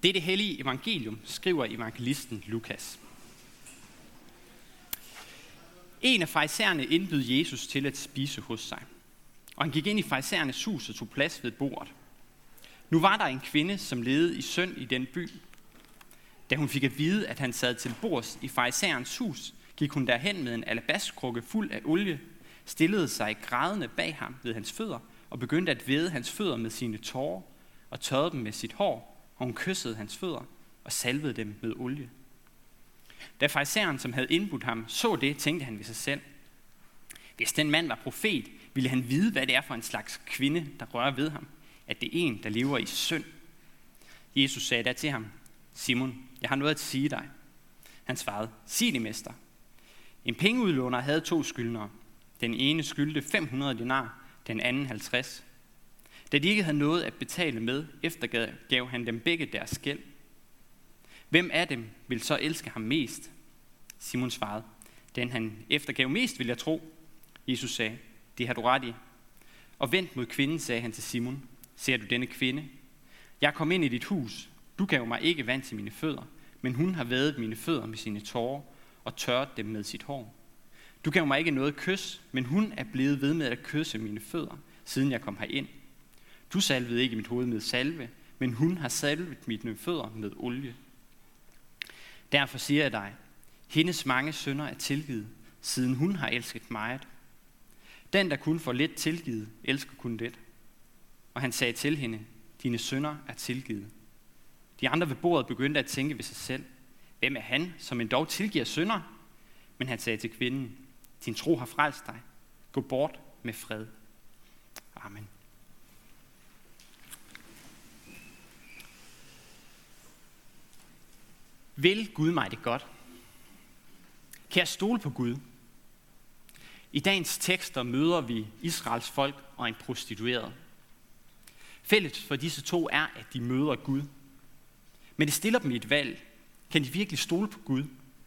Dette hellige evangelium skriver evangelisten Lukas. En af farisæerne indbød Jesus til at spise hos sig, og han gik ind i farisæernes hus og tog plads ved bordet. Nu var der en kvinde, som levede i synd i den by. Da hun fik at vide, at han sad til bords i farisæerens hus, gik hun derhen med en alabasterkrukke fuld af olie, stillede sig grædende bag ham ved hans fødder og begyndte at væde hans fødder med sine tårer og tørrede dem med sit hår, og hun kyssede hans fødder og salvede dem med olie. Da farisæeren, som havde indbudt ham, så det, tænkte han ved sig selv: hvis den mand var profet, ville han vide, hvad det er for en slags kvinde, der rører ved ham, at det er en, der lever i synd. Jesus sagde da til ham: Simon, jeg har noget at sige dig. Han svarede: sig det, mester. En pengeudlåner havde 2 skyldnere. Den ene skyldte 500 denar, den anden 50. Da de ikke havde noget at betale med, eftergav han dem begge deres gæld. Hvem af dem vil så elske ham mest? Simon svarede: den han eftergav mest, vil jeg tro. Jesus sagde: det har du ret i. Og vendt mod kvinden, sagde han til Simon: ser du denne kvinde? Jeg kom ind i dit hus. Du gav mig ikke vand til mine fødder, men hun har vædet mine fødder med sine tårer og tørret dem med sit hår. Du gav mig ikke noget kys, men hun er blevet ved med at kysse mine fødder, siden jeg kom herind. Du salvede ikke mit hoved med salve, men hun har salvet mine fødder med olie. Derfor siger jeg dig, hendes mange synder er tilgivet, siden hun har elsket meget. Den, der kun får lidt tilgivet, elsker kun lidt. Og han sagde til hende: dine synder er tilgivet. De andre ved bordet begyndte at tænke ved sig selv: hvem er han, som endog tilgiver synder? Men han sagde til kvinden: din tro har frelst dig. Gå bort med fred. Amen. Vil Gud mig det godt? Kan jeg stole på Gud? I dagens tekster møder vi Israels folk og en prostitueret. Fælles for disse to er, at de møder Gud. Men det stiller dem i et valg. Kan de virkelig stole på Gud?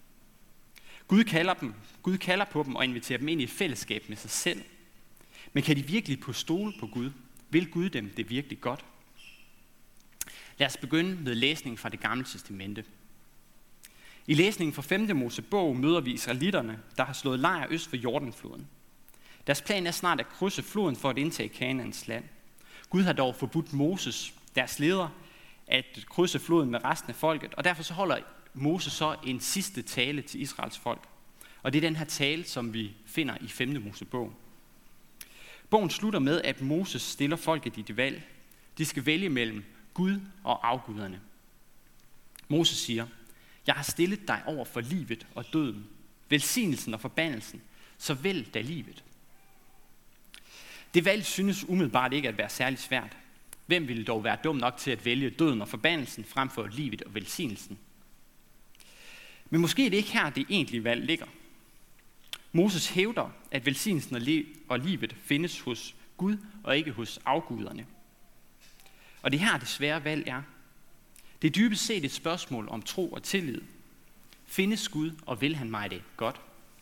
Gud kalder på dem og inviterer dem ind i et fællesskab med sig selv. Men kan de virkelig stole på Gud? Vil Gud dem det virkelig godt? Lad os begynde med læsningen fra Det Gamle Testamente. I læsningen fra 5. Mosebog møder vi israelitterne, der har slået lejr øst for Jordanfloden. Deres plan er snart at krydse floden for at indtage Kanaans land. Gud har dog forbudt Moses, deres leder, at krydse floden med resten af folket, og derfor så holder Moses så en sidste tale til Israels folk. Og det er den her tale, som vi finder i 5. Mosebog. Bogen slutter med, at Moses stiller folket i det valg. De skal vælge mellem Gud og afguderne. Moses siger: jeg har stillet dig over for livet og døden, velsignelsen og forbandelsen, så vælg da livet. Det valg synes umiddelbart ikke at være særlig svært. Hvem ville dog være dum nok til at vælge døden og forbandelsen frem for livet og velsignelsen? Men måske er det ikke her, det egentlige valg ligger. Moses hævder, at velsignelsen og livet findes hos Gud og ikke hos afguderne. Og det her det svære valg er. Det er dybest set et spørgsmål om tro og tillid. Findes Gud, og vil han mig det godt?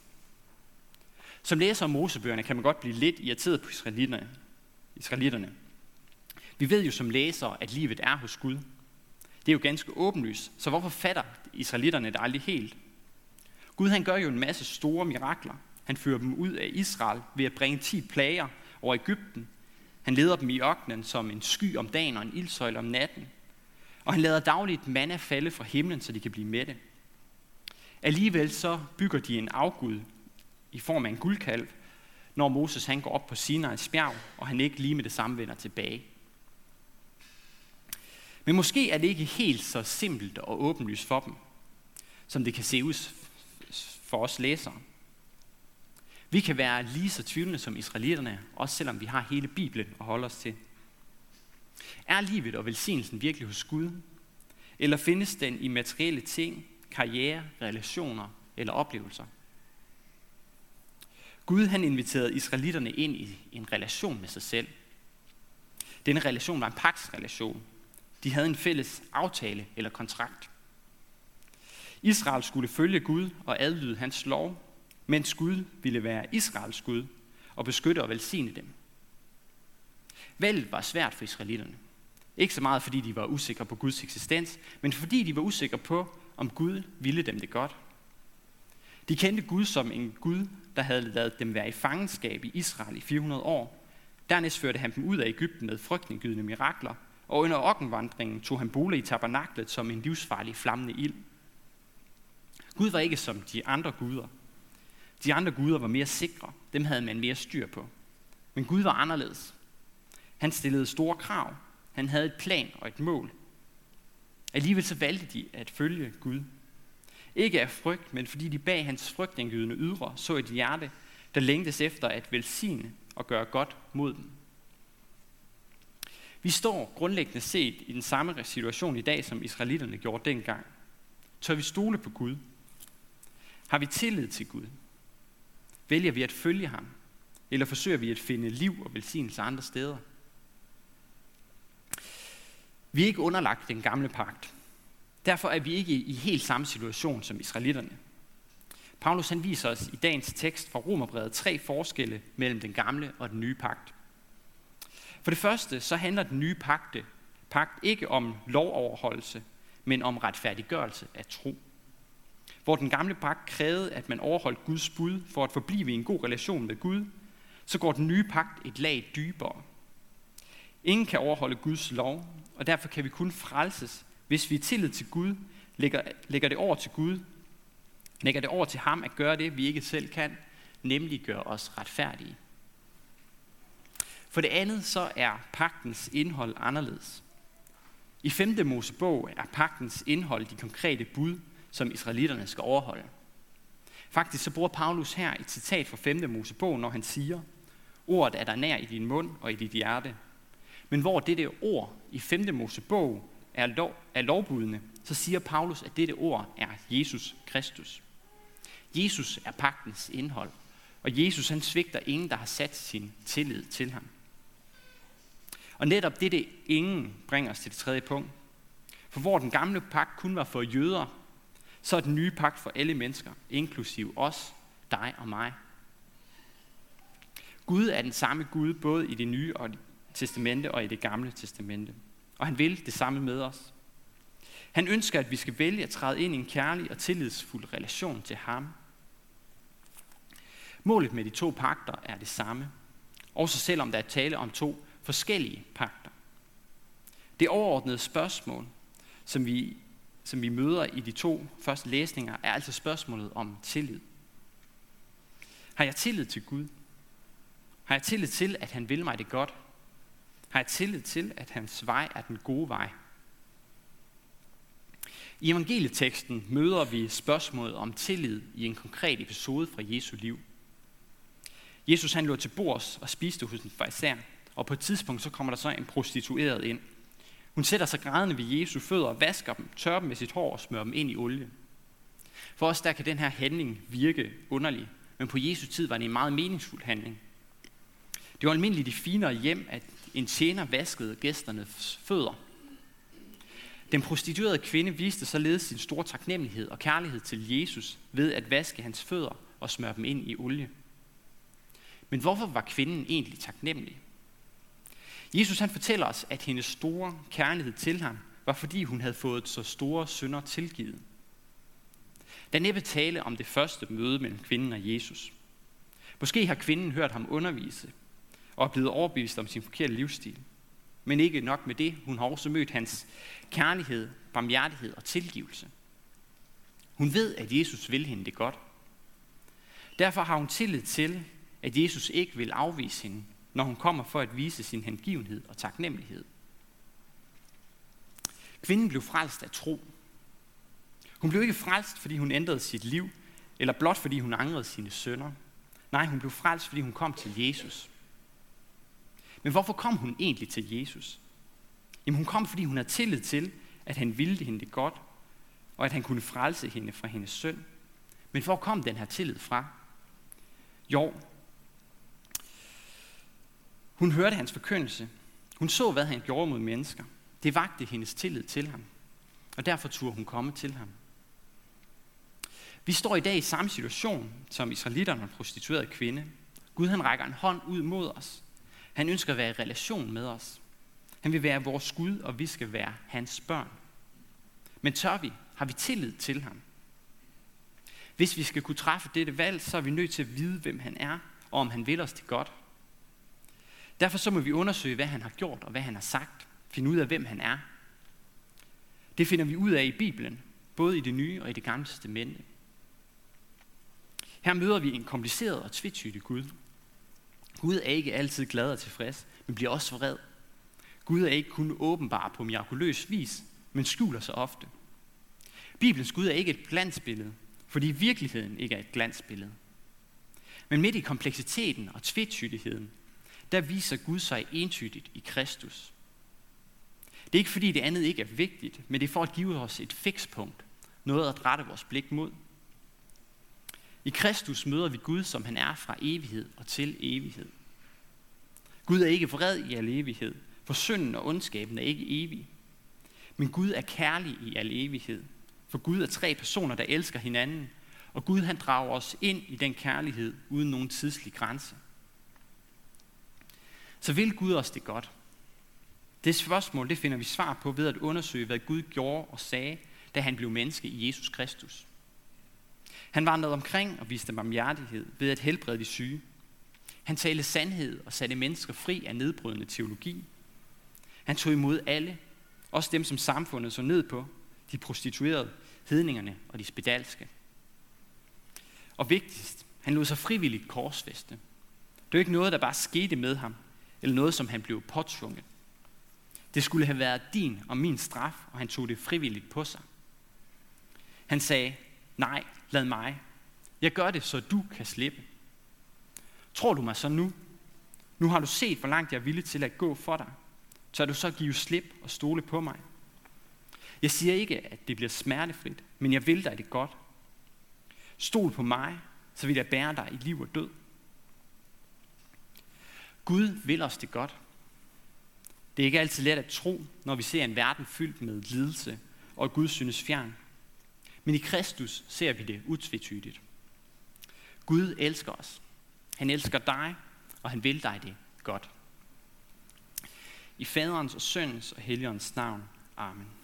Som læser af Mosebøgerne kan man godt blive lidt irriteret på israelitterne. Vi ved jo som læsere, at livet er hos Gud. Det er jo ganske åbenlyst, så hvorfor fatter israelitterne det aldrig helt? Gud han gør jo en masse store mirakler. Han fører dem ud af Israel ved at bringe 10 plager over Egypten. Han leder dem i ørkenen som en sky om dagen og en ildsøjle om natten. Og han lader dagligt manna falde fra himlen, så de kan blive mætte. Alligevel så bygger de en afgud i form af en guldkalv, når Moses han går op på Sinais bjerg, og han ikke lige med det samme vender tilbage. Men måske er det ikke helt så simpelt og åbenlyst for dem, som det kan se ud for os læsere. Vi kan være lige så tvivlende som israelitterne, også selvom vi har hele Bibelen at holde os til. Er livet og velsignelsen virkelig hos Gud? Eller findes den i materielle ting, karriere, relationer eller oplevelser? Gud han inviterede israelitterne ind i en relation med sig selv. Denne relation var en pagtsrelation. De havde en fælles aftale eller kontrakt. Israel skulle følge Gud og adlyde hans lov, mens Gud ville være Israels Gud og beskytte og velsigne dem. Valget var svært for israelitterne. Ikke så meget fordi de var usikre på Guds eksistens, men fordi de var usikre på, om Gud ville dem det godt. De kendte Gud som en Gud, der havde ladet dem være i fangenskab i Israel i 400 år. Dernæst førte han dem ud af Egypten med frygtindgydende mirakler, og under ørkenvandringen tog han bolig i tabernaklet som en livsfarlig flammende ild. Gud var ikke som de andre guder. De andre guder var mere sikre. Dem havde man mere styr på. Men Gud var anderledes. Han stillede store krav. Han havde et plan og et mål. Alligevel så valgte de at følge Gud. Ikke af frygt, men fordi de bag hans frygtindgydende ydre så et hjerte, der længtes efter at velsigne og gøre godt mod dem. Vi står grundlæggende set i den samme situation i dag, som israelitterne gjorde dengang. Tør vi stole på Gud? Har vi tillid til Gud? Vælger vi at følge ham? Eller forsøger vi at finde liv og velsignelse andre steder? Vi er ikke underlagt den gamle pagt. Derfor er vi ikke i helt samme situation som israelitterne. Paulus han viser os i dagens tekst fra Romerbrevet 3 forskelle mellem den gamle og den nye pagt. For det første så handler den nye pagt ikke om lovoverholdelse, men om retfærdiggørelse af tro. Hvor den gamle pagt krævede, at man overholdt Guds bud for at forblive i en god relation med Gud, så går den nye pagt et lag dybere. Ingen kan overholde Guds lov, og derfor kan vi kun frelses, hvis vi i tillid til Gud lægger det over til ham at gøre det, vi ikke selv kan, nemlig gøre os retfærdige. For det andet så er pagtens indhold anderledes. I 5. Mosebog er pagtens indhold de konkrete bud, som israelitterne skal overholde. Faktisk så bruger Paulus her et citat fra 5. Mosebog, når han siger, ordet er der nær i din mund og i dit hjerte. Men hvor dette ord i 5. Mosebog er lovbudene, så siger Paulus, at dette ord er Jesus Kristus. Jesus er pagtens indhold, og Jesus han svigter ingen, der har sat sin tillid til ham. Og netop dette ingen bringer os til det tredje punkt. For hvor den gamle pagt kun var for jøder, så er den nye pagt for alle mennesker, inklusive os, dig og mig. Gud er den samme Gud, både i det nye testamente og i det gamle testamente. Og han vil det samme med os. Han ønsker, at vi skal vælge at træde ind i en kærlig og tillidsfuld relation til ham. Målet med de to pagter er det samme, også selvom der er tale om to forskellige pagter. Det overordnede spørgsmål, som vi møder i de to første læsninger, er altså spørgsmålet om tillid. Har jeg tillid til Gud? Har jeg tillid til, at han vil mig det godt? Har jeg tillid til, at hans vej er den gode vej? I evangelieteksten møder vi spørgsmålet om tillid i en konkret episode fra Jesu liv. Jesus han lå til bords og spiste hos en farisæer, og på et tidspunkt så kommer der så en prostitueret ind. Hun sætter sig grædende ved Jesu fødder og vasker dem, tørrer dem med sit hår og smører dem ind i olie. For os der kan den her handling virke underlig, men på Jesu tid var det en meget meningsfuld handling. Det var almindeligt i finere hjem, at en tjener vaskede gæsternes fødder. Den prostituerede kvinde viste således sin store taknemmelighed og kærlighed til Jesus ved at vaske hans fødder og smøre dem ind i olie. Men hvorfor var kvinden egentlig taknemmelig? Jesus han fortæller os, at hendes store kærlighed til ham var fordi hun havde fået så store synder tilgivet. Der er næppe tale om det første møde mellem kvinden og Jesus. Måske har kvinden hørt ham undervise og er blevet overbevist om sin forkerte livsstil. Men ikke nok med det, hun har også mødt hans kærlighed, barmhjertighed og tilgivelse. Hun ved, at Jesus vil hende det godt. Derfor har hun tillid til, at Jesus ikke vil afvise hende, når hun kommer for at vise sin hengivenhed og taknemmelighed. Kvinden blev frelst af tro. Hun blev ikke frelst, fordi hun ændrede sit liv, eller blot fordi hun angrede sine synder. Nej, hun blev frelst, fordi hun kom til Jesus. Men hvorfor kom hun egentlig til Jesus? Jamen hun kom, fordi hun havde tillid til, at han ville hende det godt, og at han kunne frelse hende fra hendes synd. Men hvor kom den her tillid fra? Jo, hun hørte hans forkyndelse. Hun så, hvad han gjorde mod mennesker. Det vakte hendes tillid til ham, og derfor turde hun komme til ham. Vi står i dag i samme situation som israelitterne og en prostitueret kvinde. Gud han rækker en hånd ud mod os. Han ønsker at være i relation med os. Han vil være vores Gud, og vi skal være hans børn. Men tør vi? Har vi tillid til ham? Hvis vi skal kunne træffe dette valg, så er vi nødt til at vide, hvem han er, og om han vil os det godt. Derfor så må vi undersøge, hvad han har gjort, og hvad han har sagt. Finde ud af, hvem han er. Det finder vi ud af i Bibelen, både i det nye og i det gamle testamente. Her møder vi en kompliceret og tvetydig Gud. Gud er ikke altid glad og tilfreds, men bliver også vred. Gud er ikke kun åbenbar på mirakuløs vis, men skjuler sig ofte. Bibelens Gud er ikke et glansbillede, fordi virkeligheden ikke er et glansbillede. Men midt i kompleksiteten og tvetydigheden, der viser Gud sig entydigt i Kristus. Det er ikke fordi det andet ikke er vigtigt, men det er for at give os et fikspunkt, noget at rette vores blik mod. I Kristus møder vi Gud, som han er fra evighed og til evighed. Gud er ikke vred i al evighed, for synden og ondskaben er ikke evig. Men Gud er kærlig i al evighed, for Gud er 3 personer, der elsker hinanden, og Gud han drager os ind i den kærlighed uden nogen tidslig grænse. Så vil Gud os det godt? Det spørgsmål det finder vi svar på ved at undersøge, hvad Gud gjorde og sagde, da han blev menneske i Jesus Kristus. Han vandrede omkring og viste barmhjertighed ved at helbrede de syge. Han talte sandhed og satte mennesker fri af nedbrydende teologi. Han tog imod alle, også dem som samfundet så ned på, de prostituerede, hedningerne og de spedalske. Og vigtigst, han lod sig frivilligt korsfæste. Det var ikke noget, der bare skete med ham, eller noget, som han blev påtvunget. Det skulle have været din og min straf, og han tog det frivilligt på sig. Han sagde, nej, lad mig. Jeg gør det, så du kan slippe. Tror du mig så nu? Nu har du set, hvor langt jeg er villig til at gå for dig. Så du så give slip og stole på mig. Jeg siger ikke, at det bliver smertefrit, men jeg vil dig det godt. Stol på mig, så vil jeg bære dig i liv og død. Gud vil os det godt. Det er ikke altid let at tro, når vi ser en verden fyldt med lidelse, og Gud synes fjern. Men i Kristus ser vi det utvetydigt. Gud elsker os. Han elsker dig, og han vil dig det godt. I Faderens og Sønnens og Helligåndens navn. Amen.